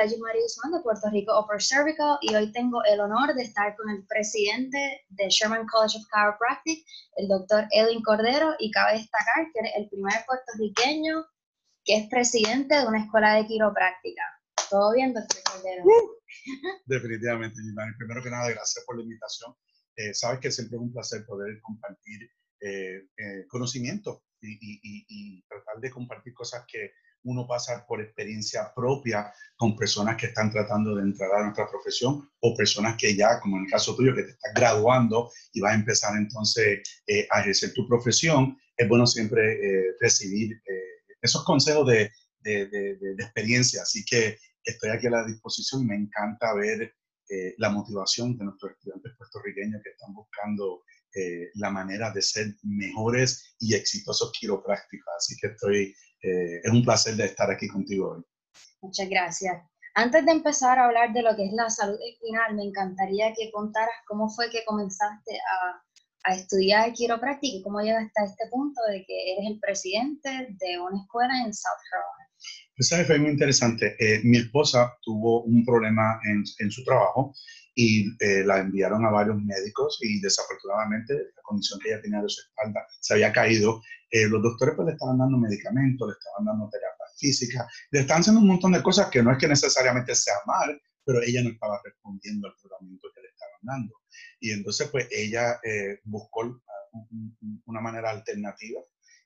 Reggie Marie Guzmán de Puerto Rico Upper Cervical y hoy tengo el honor de estar con el presidente de Sherman College of Chiropractic, el doctor Edwin Cordero, y cabe destacar que es el primer puertorriqueño que es presidente de una escuela de quiropráctica. ¿Todo bien, doctor Cordero? Definitivamente, Gilmar. Primero que nada, gracias por la invitación. Sabes que siempre es un placer poder compartir conocimiento y tratar de compartir cosas que uno pasa por experiencia propia con personas que están tratando de entrar a nuestra profesión o personas que ya, como en el caso tuyo, que te estás graduando y vas a empezar entonces a ejercer tu profesión. Es bueno siempre recibir esos consejos de experiencia. Así que estoy aquí a la disposición y me encanta ver la motivación de nuestros estudiantes puertorriqueños que están buscando la manera de ser mejores y exitosos quiroprácticos. Así que es un placer de estar aquí contigo hoy. Muchas gracias. Antes de empezar a hablar de lo que es la salud espinal, me encantaría que contaras cómo fue que comenzaste a estudiar quiropráctica y cómo llegaste a este punto de que eres el presidente de una escuela en South Carolina. Pues, ¿sabes? Fue muy interesante. Mi esposa tuvo un problema en su trabajo y la enviaron a varios médicos y desafortunadamente la condición que ella tenía de su espalda se había caído. Los doctores pues le estaban dando medicamentos, le estaban dando terapia física, le estaban haciendo un montón de cosas que no es que necesariamente sea mal, pero ella no estaba respondiendo al tratamiento que le estaban dando. Y entonces pues ella buscó una manera alternativa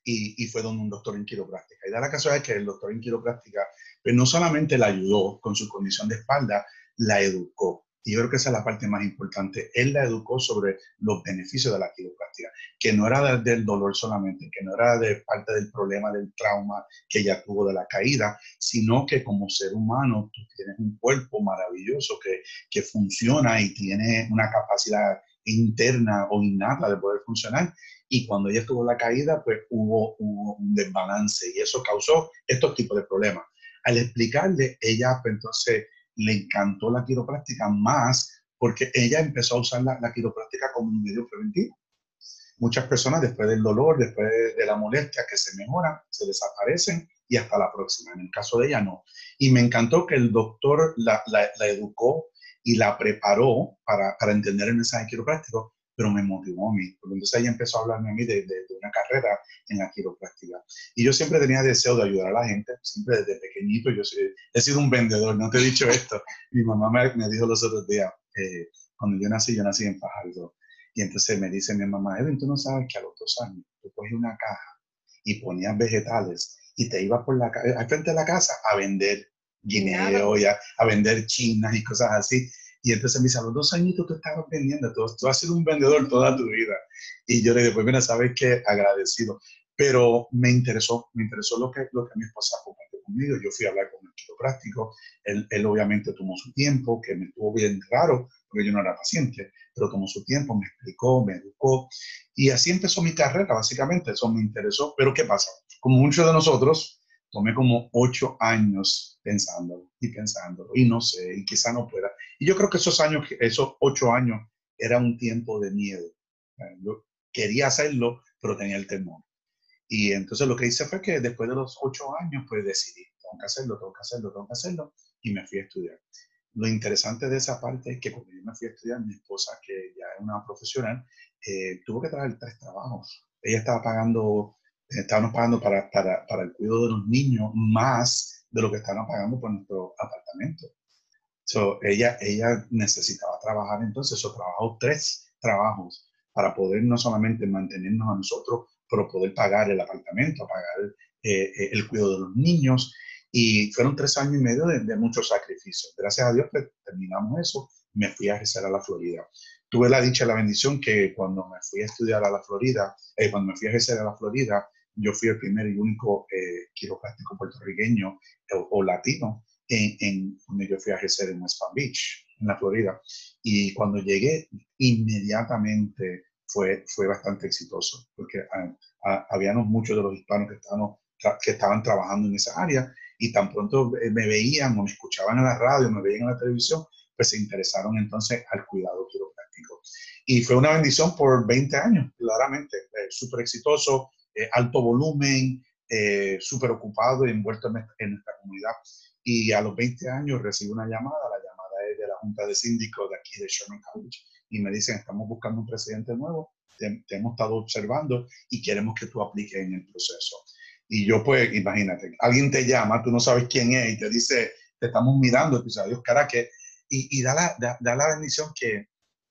y fue donde un doctor en quiropráctica. Y da la casualidad que el doctor en quiropráctica pues no solamente la ayudó con su condición de espalda, la educó. Y yo creo que esa es la parte más importante. Él la educó sobre los beneficios de la quiropráctica, que no era del dolor solamente, que no era de parte del problema, del trauma que ella tuvo de la caída, sino que como ser humano tú tienes un cuerpo maravilloso que funciona y tiene una capacidad interna o innata de poder funcionar. Y cuando ella estuvo en la caída, pues hubo un desbalance y eso causó estos tipos de problemas. Al explicarle, ella pues, entonces le encantó la quiropráctica más porque ella empezó a usar la quiropráctica como un medio preventivo. Muchas personas después del dolor, después de la molestia que se mejoran, se desaparecen y hasta la próxima. En el caso de ella no. Y me encantó que el doctor la educó y la preparó para entender el mensaje quiropráctico, pero me motivó a mí, porque entonces ella empezó a hablarme a mí de una carrera en la quiropráctica. Y yo siempre tenía deseo de ayudar a la gente, siempre desde pequeñito, he sido un vendedor, no te he dicho esto. Mi mamá me dijo los otros días, cuando yo nací en Fajardo, y entonces me dice mi mamá, Edwin, tú no sabes que a los 2 años tú cogías una caja y ponías vegetales y te ibas por al frente de la casa a vender guineo, a vender chinas y cosas así. Y entonces me dice, a los 2 añitos tú estabas vendiendo, tú has sido un vendedor toda tu vida. Y yo le dije, pues mira, sabes qué, agradecido. Pero me interesó lo que mi esposa compartió conmigo. Yo fui a hablar con el quiropráctico. Él obviamente tomó su tiempo, que me estuvo bien raro, porque yo no era paciente, pero tomó su tiempo, me explicó, me educó. Y así empezó mi carrera, básicamente. Eso me interesó. Pero ¿qué pasa? Como muchos de nosotros, tomé como 8 años pensándolo y no sé, y quizá no pueda. Y yo creo que esos 8 años, era un tiempo de miedo. Yo quería hacerlo, pero tenía el temor. Y entonces lo que hice fue que después de los 8 años, pues decidí, tengo que hacerlo, y me fui a estudiar. Lo interesante de esa parte es que cuando yo me fui a estudiar, mi esposa, que ya es una profesional, tuvo que trabajar 3 trabajos. Ella estábamos pagando para el cuidado de los niños más de lo que estábamos pagando por nuestro apartamento. So, ella necesitaba trabajar, entonces trabajó 3 trabajos para poder no solamente mantenernos a nosotros, pero poder pagar el apartamento, pagar el cuidado de los niños. Y fueron 3 años y medio de mucho sacrificio. Gracias a Dios pues, terminamos eso. Me fui a ejercer a la Florida. Tuve la dicha y la bendición que cuando me fui a estudiar a la Florida, cuando me fui a ejercer a la Florida, yo fui el primer y único quiropráctico puertorriqueño o latino donde yo fui a ejercer en West Palm Beach, en la Florida. Y cuando llegué, inmediatamente fue bastante exitoso, porque habíamos muchos de los hispanos que estaban trabajando en esa área y tan pronto me veían o me escuchaban en la radio, me veían en la televisión, pues se interesaron entonces al cuidado quiropráctico. Y fue una bendición por 20 años, claramente, súper exitoso, alto volumen, súper ocupado y envuelto en nuestra comunidad. Y a los 20 años recibo una llamada, la llamada es de la Junta de Síndicos de aquí de Sherman College, y me dicen, estamos buscando un presidente nuevo, te hemos estado observando y queremos que tú apliques en el proceso. Y yo pues, imagínate, alguien te llama, tú no sabes quién es, y te dice, te estamos mirando, tú sabes, Dios, cara, que, y da la bendición que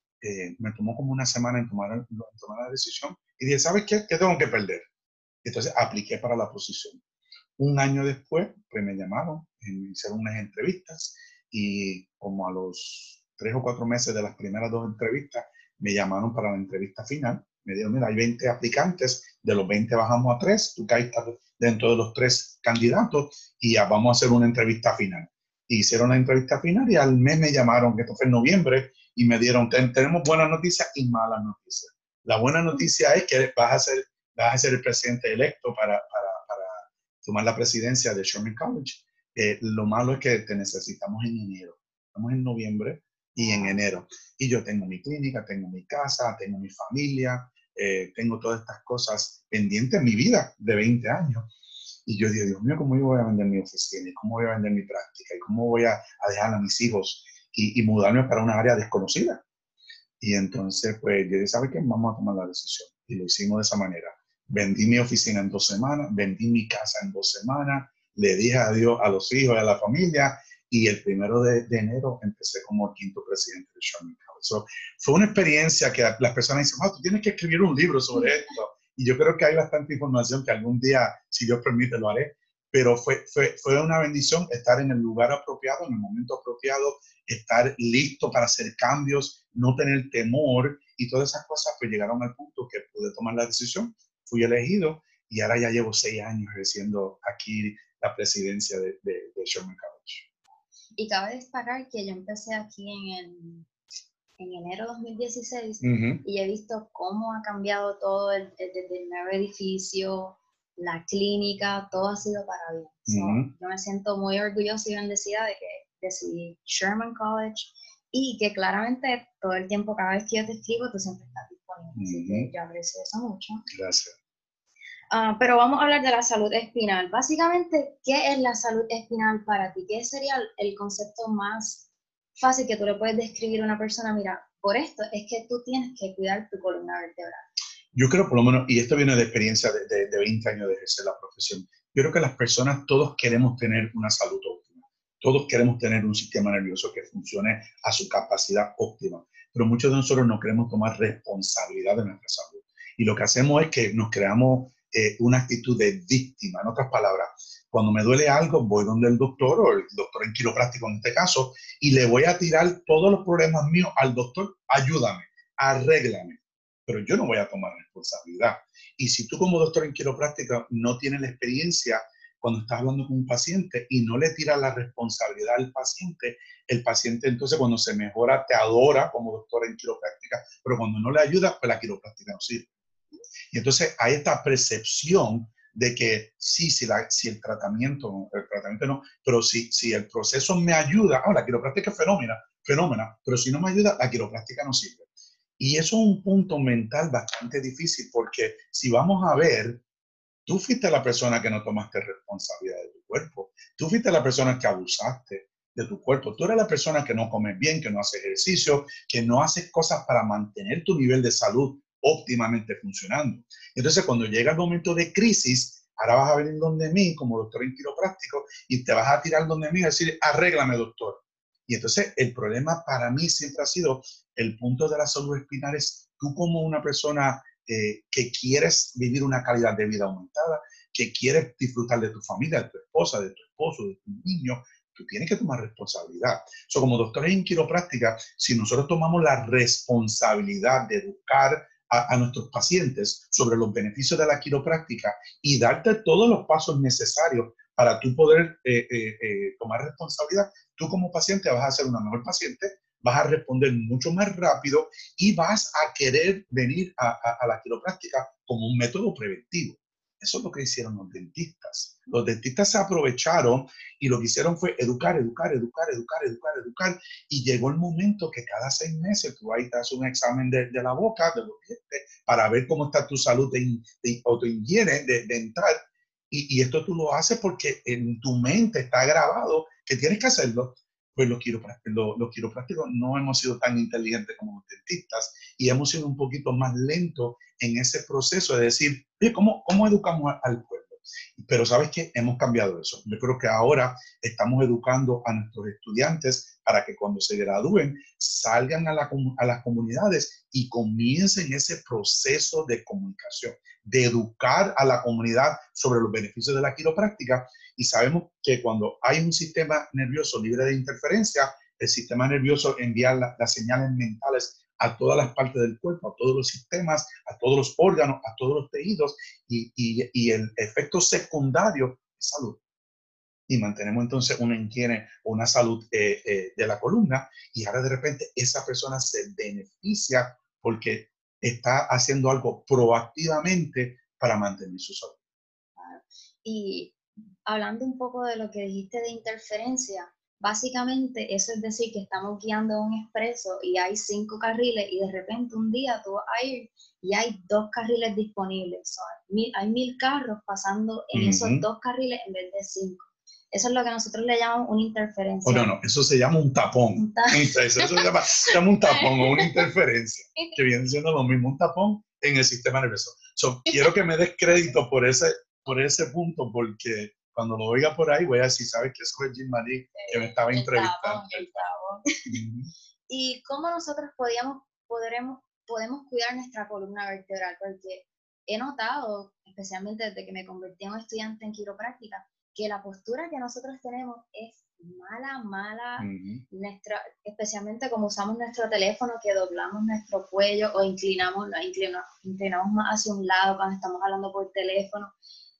me tomó como una semana en tomar la decisión, y dije, ¿sabes qué? ¿Qué tengo que perder? Entonces apliqué para la posición. Un año después, pues me llamaron, me hicieron unas entrevistas y como a los 3 o 4 meses de las primeras 2 entrevistas, me llamaron para la entrevista final. Me dijeron, mira, hay 20 aplicantes, de los 20 bajamos a 3, tú caes dentro de los 3 candidatos y ya vamos a hacer una entrevista final. Y hicieron la entrevista final y al mes me llamaron, que esto fue en noviembre, y me dieron, tenemos buenas noticias y malas noticias. La buena noticia es que vas a ser el presidente electo para tomar la presidencia de Sherman College. Lo malo es que te necesitamos en enero. Estamos en noviembre y en enero. Y yo tengo mi clínica, tengo mi casa, tengo mi familia, tengo todas estas cosas pendientes en mi vida de 20 años. Y yo digo, Dios mío, ¿cómo yo voy a vender mi oficina? ¿Y cómo voy a vender mi práctica? ¿Y cómo voy a dejar a mis hijos y mudarme para una área desconocida? Y entonces, pues, yo dije, ¿sabe qué? Vamos a tomar la decisión. Y lo hicimos de esa manera. Vendí mi oficina en 2 semanas, vendí mi casa en 2 semanas, le dije adiós a los hijos y a la familia, y el 1 de enero empecé como el quinto presidente de Sherman College. So, fue una experiencia que las personas dicen, tú tienes que escribir un libro sobre esto. Y yo creo que hay bastante información que algún día, si Dios permite, lo haré. Pero fue una bendición estar en el lugar apropiado, en el momento apropiado, estar listo para hacer cambios, no tener temor, y todas esas cosas pues llegaron al punto que pude tomar la decisión, fui elegido y ahora ya llevo 6 años ejerciendo aquí la presidencia de Sherman College. Y cabe destacar que yo empecé aquí en enero de 2016 y he visto cómo ha cambiado todo desde el nuevo edificio, la clínica, todo ha sido para bien. So, yo me siento muy orgullosa y bendecida de que decidí Sherman College y que claramente todo el tiempo, cada vez que yo te escribo, tú siempre estás disponible. Así que yo aprecio eso mucho. Gracias. Pero vamos a hablar de la salud espinal. Básicamente, ¿qué es la salud espinal para ti? ¿Qué sería el concepto más fácil que tú le puedes describir a una persona? Mira, por esto es que tú tienes que cuidar tu columna vertebral. Yo creo, por lo menos, y esto viene de experiencia de 20 años de ejercer la profesión, yo creo que las personas, todos queremos tener una salud óptima. Todos queremos tener un sistema nervioso que funcione a su capacidad óptima, pero muchos de nosotros no queremos tomar responsabilidad de nuestra salud. Y lo que hacemos es que nos creamos una actitud de víctima. En otras palabras, cuando me duele algo, voy donde el doctor, o el doctor en quiropráctico en este caso, y le voy a tirar todos los problemas míos al doctor. Ayúdame, arréglame. Pero yo no voy a tomar responsabilidad. Y si tú como doctor en quiropráctica no tienes la experiencia cuando estás hablando con un paciente y no le tiras la responsabilidad al paciente, el paciente entonces cuando se mejora te adora como doctor en quiropráctica, pero cuando no le ayudas, pues la quiropráctica no sirve. Y entonces hay esta percepción de que sí, si el tratamiento no, pero si el proceso me ayuda, la quiropráctica es fenómena, pero si no me ayuda, la quiropráctica no sirve. Y eso es un punto mental bastante difícil, porque si vamos a ver, tú fuiste la persona que no tomaste responsabilidad de tu cuerpo, tú fuiste la persona que abusaste de tu cuerpo, tú eres la persona que no comes bien, que no hace ejercicio, que no haces cosas para mantener tu nivel de salud óptimamente funcionando. Entonces, cuando llega el momento de crisis, ahora vas a venir donde mí como doctor en quiropráctico y te vas a tirar donde mí y decir, arréglame, doctor. Y entonces el problema para mí siempre ha sido el punto de la salud espinal es tú como una persona que quieres vivir una calidad de vida aumentada, que quieres disfrutar de tu familia, de tu esposa, de tu esposo, de tu niño, tú tienes que tomar responsabilidad. Como doctores en quiropráctica, si nosotros tomamos la responsabilidad de educar a nuestros pacientes sobre los beneficios de la quiropráctica y darte todos los pasos necesarios para tú poder tomar responsabilidad, tú como paciente vas a ser una mejor paciente, vas a responder mucho más rápido y vas a querer venir a la quiropráctica como un método preventivo. Eso es lo que hicieron los dentistas. Los dentistas se aprovecharon y lo que hicieron fue educar, y llegó el momento que cada 6 meses tú ahí te haces un examen de la boca, de los dientes, para ver cómo está tu salud o tu higiene dental. Y esto tú lo haces porque en tu mente está grabado que tienes que hacerlo, pues los quiroprácticos no hemos sido tan inteligentes como los dentistas y hemos sido un poquito más lentos en ese proceso de decir, oye, ¿cómo educamos al pueblo? Pero ¿sabes qué? Hemos cambiado eso. Yo creo que ahora estamos educando a nuestros estudiantes para que cuando se gradúen salgan a las comunidades y comiencen ese proceso de comunicación, de educar a la comunidad sobre los beneficios de la quiropráctica. Y sabemos que cuando hay un sistema nervioso libre de interferencia, el sistema nervioso envía las señales mentales a todas las partes del cuerpo, a todos los sistemas, a todos los órganos, a todos los tejidos, y el efecto secundario es salud. Y mantenemos entonces una higiene o una salud de la columna, y ahora de repente esa persona se beneficia porque está haciendo algo proactivamente para mantener su salud. Y hablando un poco de lo que dijiste de interferencia, básicamente eso es decir que estamos guiando un expreso y hay 5 carriles y de repente un día tú vas a ir y hay 2 carriles disponibles. Hay 1000 carros pasando en esos 2 carriles en vez de 5. Eso es lo que nosotros le llamamos una interferencia. Oh, no, eso se llama un tapón. Eso se llama un tapón o una interferencia, que viene siendo lo mismo, un tapón en el sistema nervioso. Quiero que me des crédito por ese punto, porque cuando lo oiga por ahí voy a decir, ¿sabes qué? Eso fue Jean Marie que me estaba entrevistando. El tapón. ¿Y cómo nosotros podemos cuidar nuestra columna vertebral? Porque he notado, especialmente desde que me convertí en un estudiante en quiropráctica, que la postura que nosotros tenemos es mala, especialmente como usamos nuestro teléfono, que doblamos nuestro cuello o inclinamos más hacia un lado cuando estamos hablando por teléfono.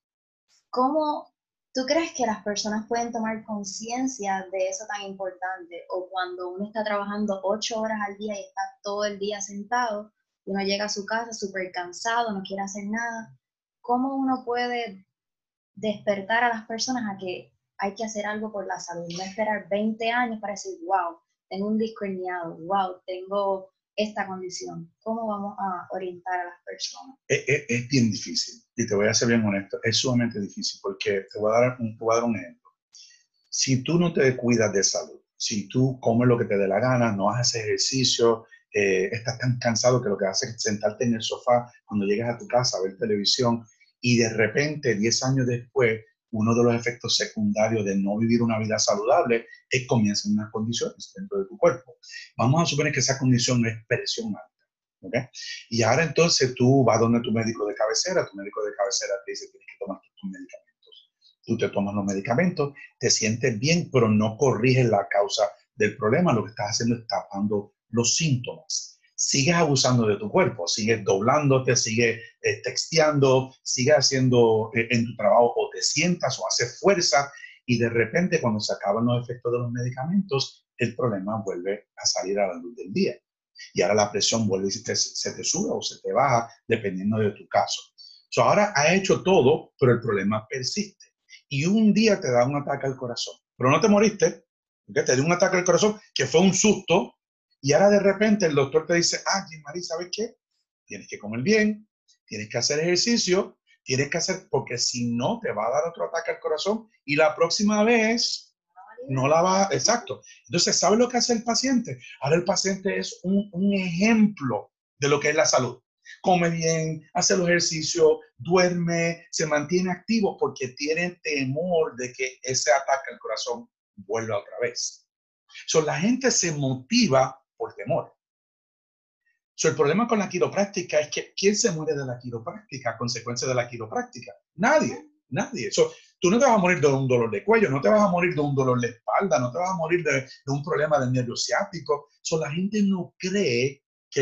¿Cómo tú crees que las personas pueden tomar conciencia de eso tan importante? O cuando uno está trabajando 8 horas al día y está todo el día sentado, uno llega a su casa súper cansado, no quiere hacer nada, ¿cómo uno puede despertar a las personas a que hay que hacer algo por la salud? No esperar 20 años para decir, wow, tengo un disco herniado, wow, tengo esta condición. ¿Cómo vamos a orientar a las personas? Es bien difícil, y te voy a ser bien honesto, es sumamente difícil, porque te voy a dar un ejemplo. Si tú no te cuidas de salud, si tú comes lo que te dé la gana, no haces ejercicio, estás tan cansado que lo que haces es sentarte en el sofá cuando llegas a tu casa a ver televisión, y de repente, 10 años después, uno de los efectos secundarios de no vivir una vida saludable es que comienzan unas condiciones dentro de tu cuerpo. Vamos a suponer que esa condición es presión alta. ¿Okay? Y ahora entonces tú vas donde tu médico de cabecera te dice tienes que tomar tus medicamentos. Tú te tomas los medicamentos, te sientes bien, pero no corriges la causa del problema. Lo que estás haciendo es tapando los síntomas. Sigues abusando de tu cuerpo, sigues doblándote, sigues texteando, sigues haciendo en tu trabajo, o te sientas o haces fuerza, y de repente cuando se acaban los efectos de los medicamentos, el problema vuelve a salir a la luz del día. Y ahora la presión vuelve y se te sube o se te baja, dependiendo de tu caso. Ahora has hecho todo, pero el problema persiste. Y un día te da un ataque al corazón. Pero no te moriste, ¿okay? Te dio un ataque al corazón que fue un susto. Y ahora de repente el doctor te dice, Jean-Marie, ¿sabes qué? Tienes que comer bien, tienes que hacer ejercicio, porque si no te va a dar otro ataque al corazón y la próxima vez no la va, exacto. Entonces, ¿sabe lo que hace el paciente? Ahora el paciente es un ejemplo de lo que es la salud. Come bien, hace el ejercicio, duerme, se mantiene activo porque tiene temor de que ese ataque al corazón vuelva otra vez. La gente se motiva por temor. El problema con la quiropráctica es que ¿quién se muere de la quiropráctica a consecuencia de la quiropráctica? Nadie. Tú no te vas a morir de un dolor de cuello, no te vas a morir de un dolor de espalda, no te vas a morir de un problema del nervio ciático. La gente no cree que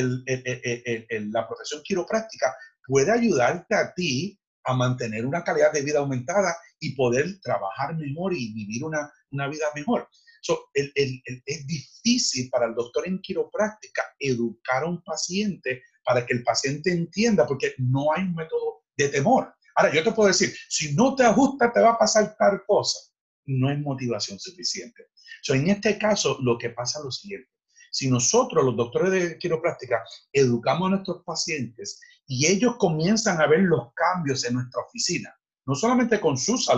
la profesión quiropráctica puede ayudarte a ti a mantener una calidad de vida aumentada y poder trabajar mejor y vivir una vida mejor. Es difícil para el doctor en quiropráctica educar a un paciente para que el paciente entienda, porque no hay un método de temor. Ahora, yo te puedo decir, si no te ajusta, te va a pasar tal cosa. No es motivación suficiente. En este caso, lo que pasa es lo siguiente. Si nosotros, los doctores de quiropráctica, educamos a nuestros pacientes y ellos comienzan a ver los cambios en nuestra oficina, no solamente con su salud,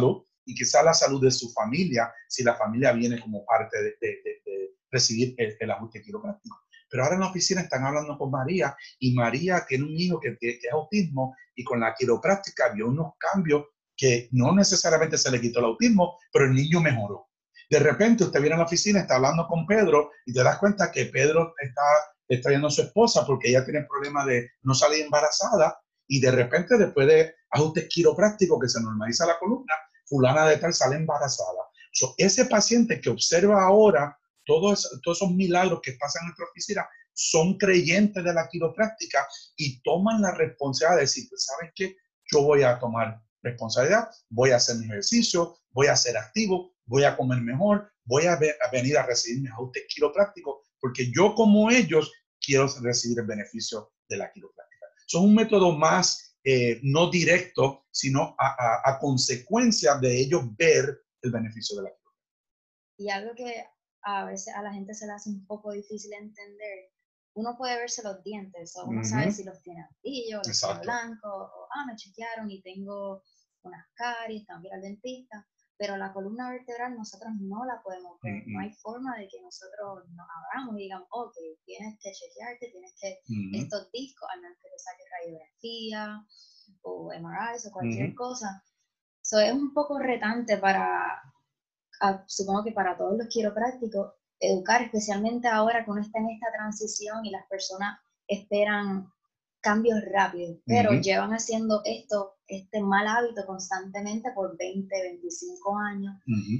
y quizá la salud de su familia, si la familia viene como parte de recibir el ajuste quiropráctico. Pero ahora en la oficina están hablando con María y María tiene un hijo que es autismo y con la quiropráctica vio unos cambios que no necesariamente se le quitó el autismo, pero el niño mejoró. De repente usted viene a la oficina, está hablando con Pedro y te das cuenta que Pedro está trayendo a su esposa porque ella tiene problemas de no salir embarazada y de repente después de ajustes quiroprácticos que se normaliza la columna, fulana de tal sale embarazada. Ese paciente que observa ahora todos esos milagros que pasan en nuestra oficina son creyentes de la quiropráctica y toman la responsabilidad de decir, ¿saben qué? Yo voy a tomar responsabilidad, voy a hacer mi ejercicio, voy a ser activo, voy a comer mejor, voy a venir a recibir mis ajustes quiroprácticos, porque yo como ellos quiero recibir el beneficio de la quiropráctica. Son un método más no directo, sino a consecuencia de ellos ver el beneficio de la quiropráctica. Y algo que a veces a la gente se le hace un poco difícil entender, uno puede verse los dientes, o uno sabe si los tiene amarillos, los tiene blancos, o me chequearon y tengo unas caries, tengo que ir al dentista, pero la columna vertebral nosotros no la podemos ver, no hay forma de que nosotros nos abramos y digamos, ok, tienes que chequearte, tienes que, estos discos, al menos que te saques radiografía, o MRIs, o cualquier cosa. So, es un poco retante para, supongo que para todos los quiroprácticos, educar, especialmente ahora que uno está en esta transición y las personas esperan cambios rápidos, pero llevan haciendo este mal hábito constantemente por 20, 25 años,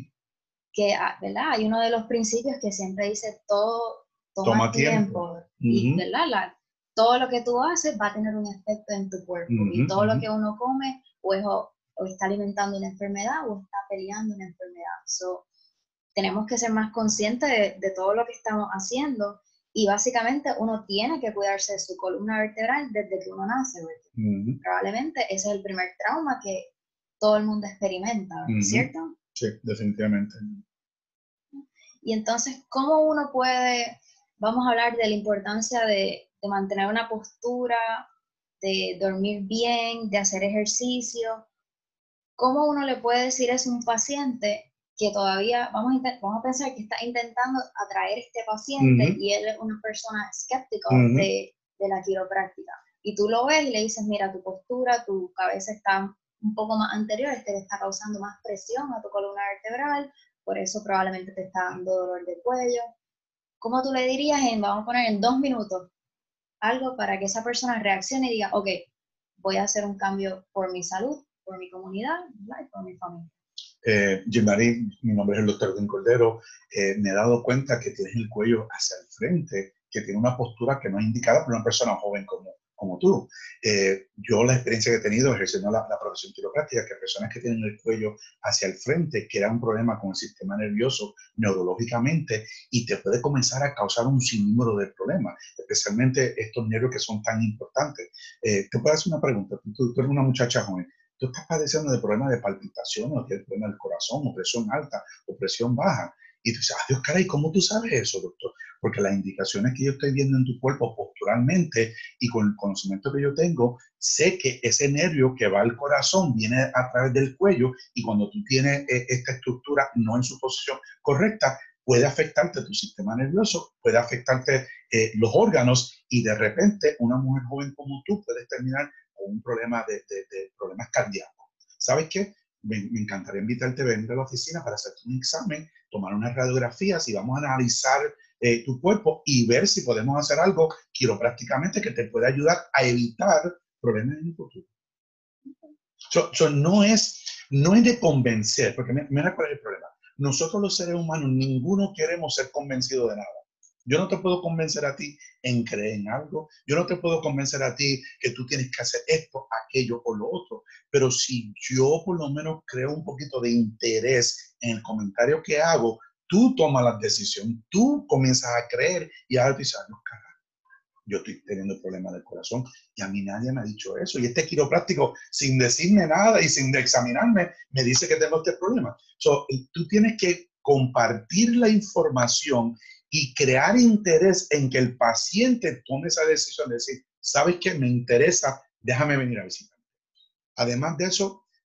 que, ¿verdad? Hay uno de los principios que siempre dice, todo toma tiempo. Y, ¿verdad? Todo lo que tú haces va a tener un efecto en tu cuerpo, y todo lo que uno come, o está alimentando una enfermedad o está peleando una enfermedad. So, tenemos que ser más conscientes de todo lo que estamos haciendo, y básicamente uno tiene que cuidarse de su columna vertebral desde que uno nace. Probablemente ese es el primer trauma que todo el mundo experimenta, ¿cierto? Sí, definitivamente. Y entonces, ¿cómo uno puede, vamos a hablar de la importancia de mantener una postura, de dormir bien, de hacer ejercicio? ¿Cómo uno le puede decir eso a un paciente que todavía, vamos a pensar que está intentando atraer a este paciente y él es una persona escéptica de la quiropráctica? Y tú lo ves y le dices, mira, tu postura, tu cabeza está un poco más anterior, le está causando más presión a tu columna vertebral, por eso probablemente te está dando dolor de cuello. ¿Cómo tú le dirías vamos a poner en 2 minutos, algo para que esa persona reaccione y diga, ok, voy a hacer un cambio por mi salud, por mi comunidad, ¿verdad? Y por mi familia? Gilmarí, mi nombre es el doctor Edwin Cordero. Me he dado cuenta que tienes el cuello hacia el frente, que tiene una postura que no es indicada por una persona joven como tú. Yo la experiencia que he tenido ejerciendo la profesión quiropráctica, que personas que tienen el cuello hacia el frente, que era un problema con el sistema nervioso neurológicamente, y te puede comenzar a causar un sinnúmero de problemas, especialmente estos nervios que son tan importantes. Te puedo hacer una pregunta. Tú eres una muchacha joven. ¿Tú estás padeciendo de problemas de palpitación, o tienes problemas del corazón, o presión alta, o presión baja? Y tú dices, Dios, caray, ¿cómo tú sabes eso, doctor? Porque las indicaciones que yo estoy viendo en tu cuerpo posturalmente y con el conocimiento que yo tengo, sé que ese nervio que va al corazón viene a través del cuello, y cuando tú tienes esta estructura no en su posición correcta, puede afectarte tu sistema nervioso, puede afectarte los órganos, y de repente una mujer joven como tú puede terminar con un problema de problemas cardíacos. ¿Sabes qué? Me encantaría invitarte a venir a la oficina para hacerte un examen, tomar unas radiografías, y vamos a analizar tu cuerpo y ver si podemos hacer algo quiroprácticamente que te pueda ayudar a evitar problemas en el futuro. No es de convencer, porque mira cuál es el problema. Nosotros los seres humanos, ninguno queremos ser convencidos de nada. Yo no te puedo convencer a ti en creer en algo. Yo no te puedo convencer a ti que tú tienes que hacer esto, aquello o lo otro. Pero si yo por lo menos creo un poquito de interés en el comentario que hago, tú tomas la decisión, tú comienzas a creer, y ahora te dices, no, carajo, yo estoy teniendo problemas del corazón y a mí nadie me ha dicho eso. Y este quiropráctico, sin decirme nada y sin examinarme, me dice que tengo este problema. Tú tienes que compartir la información y crear interés en que el paciente tome esa decisión de decir, ¿sabes qué? Me interesa, déjame venir a visitar. Además de eso,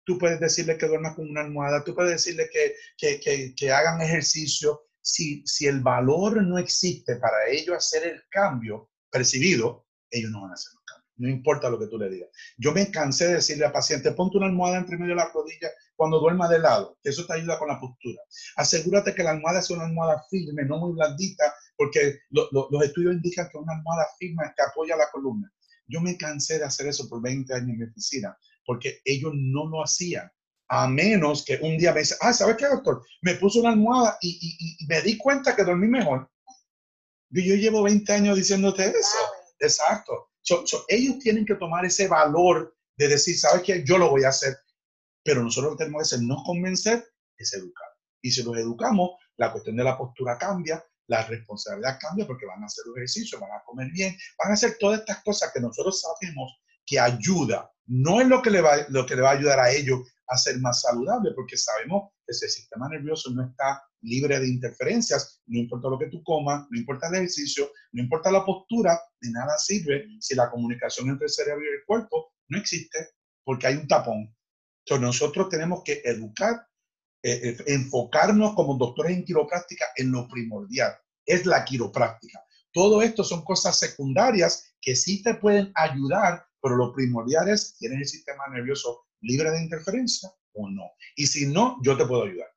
tú puedes decirle que duerman con una almohada, tú puedes decirle que hagan ejercicio. Si el valor no existe para ellos hacer el cambio percibido, ellos no van a hacer el cambio. No importa lo que tú le digas. Yo me cansé de decirle al paciente, ponte una almohada entre medio de la rodilla cuando duerma de lado, que eso te ayuda con la postura. Asegúrate que la almohada sea una almohada firme, no muy blandita, porque los estudios indican que una almohada firme te apoya la columna. Yo me cansé de hacer eso por 20 años en mi oficina, porque ellos no lo hacían. A menos que un día me dice, ¿sabes qué, doctor? Me puso una almohada y me di cuenta que dormí mejor. Y yo llevo 20 años diciéndote eso. Exacto. Ellos tienen que tomar ese valor de decir, ¿sabes qué? Yo lo voy a hacer. Pero nosotros lo que tenemos que hacer, no convencer, es educar. Y si los educamos, la cuestión de la postura cambia, la responsabilidad cambia porque van a hacer ejercicio, van a comer bien, van a hacer todas estas cosas que nosotros sabemos que ayuda. No es lo que le va a ayudar a ellos a ser más saludable, porque sabemos que ese sistema nervioso no está libre de interferencias, no importa lo que tú comas, no importa el ejercicio, no importa la postura, de nada sirve si la comunicación entre el cerebro y el cuerpo no existe, porque hay un tapón. Entonces nosotros tenemos que educar, enfocarnos como doctores en quiropráctica en lo primordial, es la quiropráctica. Todo esto son cosas secundarias que sí te pueden ayudar, pero lo primordial es, ¿tienes el sistema nervioso libre de interferencia o no? Y si no, yo te puedo ayudar.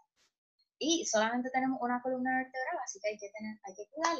Y solamente tenemos una columna vertebral, así que hay que cuidarla.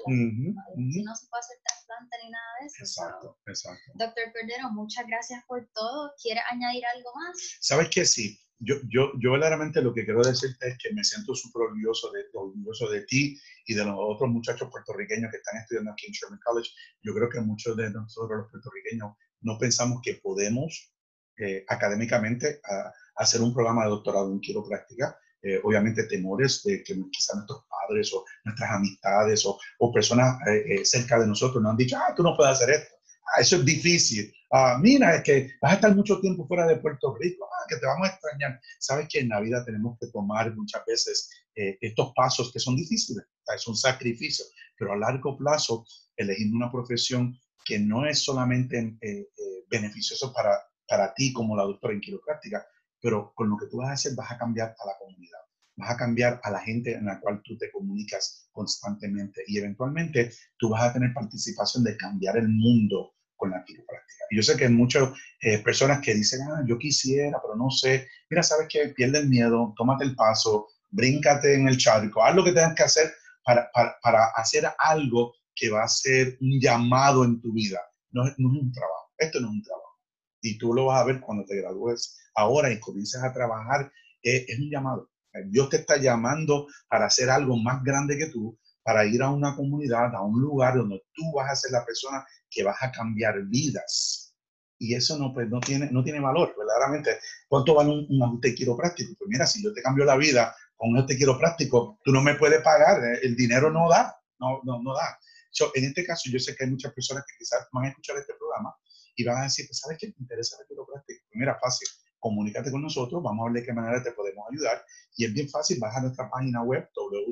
Si no se puede hacer trasplante ni nada de eso. Exacto, exacto. Doctor Cordero, muchas gracias por todo. ¿Quieres añadir algo más? ¿Sabes qué? Sí. Yo verdaderamente lo que quiero decirte es que me siento súper orgulloso de ti y de los otros muchachos puertorriqueños que están estudiando aquí en Sherman College. Yo creo que muchos de nosotros los puertorriqueños no pensamos que podemos académicamente hacer un programa de doctorado en quiropráctica. Obviamente temores de que quizás nuestros padres o nuestras amistades o personas cerca de nosotros nos han dicho, tú no puedes hacer esto. Eso es difícil. Mira, es que vas a estar mucho tiempo fuera de Puerto Rico, que te vamos a extrañar. Sabes que en la vida tenemos que tomar muchas veces estos pasos que son difíciles, es un sacrificio, pero a largo plazo elegir una profesión que no es solamente beneficioso para ti como la doctora en quiropráctica, pero con lo que tú vas a hacer vas a cambiar a la comunidad, vas a cambiar a la gente en la cual tú te comunicas constantemente y eventualmente tú vas a tener participación de cambiar el mundo con la quiropráctica. Y yo sé que hay muchas personas que dicen, yo quisiera, pero no sé. Mira, ¿sabes qué? Pierde el miedo, tómate el paso, bríncate en el charco, haz lo que tengas que hacer para hacer algo que va a ser un llamado en tu vida. No es un trabajo, esto no es un trabajo. Y tú lo vas a ver cuando te gradúes ahora y comiences a trabajar, es un llamado. Dios te está llamando para hacer algo más grande que tú, para ir a una comunidad, a un lugar donde tú vas a ser la persona que vas a cambiar vidas. Y eso no tiene valor, verdaderamente. ¿Cuánto vale un ajuste quiropráctico? Pues mira, si yo te cambio la vida con un ajuste quiropráctico, tú no me puedes pagar, el dinero no da, no da. En este caso, yo sé que hay muchas personas que quizás van a escuchar este programa y van a decir, ¿sabes qué te interesa la quiropráctica? Pues mira, fácil, comunícate con nosotros, vamos a ver de qué manera te podemos ayudar. Y es bien fácil, vas a nuestra página web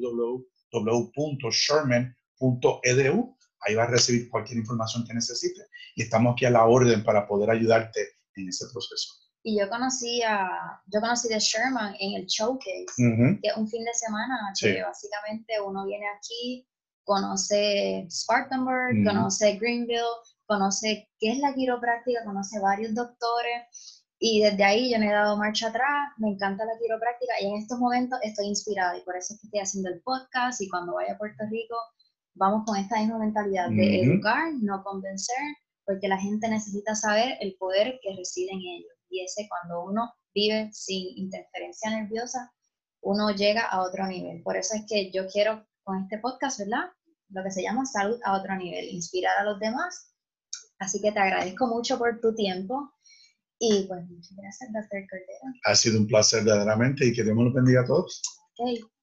www.sherman.edu. Ahí vas a recibir cualquier información que necesites y estamos aquí a la orden para poder ayudarte en ese proceso. Y yo conocí de Sherman en el Showcase, que es un fin de semana que básicamente uno viene aquí, conoce Spartanburg, conoce Greenville, conoce qué es la quiropráctica, conoce varios doctores y desde ahí yo no he dado marcha atrás, me encanta la quiropráctica y en estos momentos estoy inspirada y por eso es que estoy haciendo el podcast y cuando vaya a Puerto Rico vamos con esta misma mentalidad de educar, no convencer, porque la gente necesita saber el poder que reside en ellos. Y ese, cuando uno vive sin interferencia nerviosa, uno llega a otro nivel. Por eso es que yo quiero con este podcast, ¿verdad? Lo que se llama salud a otro nivel, inspirar a los demás. Así que te agradezco mucho por tu tiempo. Y pues muchas gracias, Dr. Cordero. Ha sido un placer verdaderamente y que Dios me lo bendiga a todos. Okay.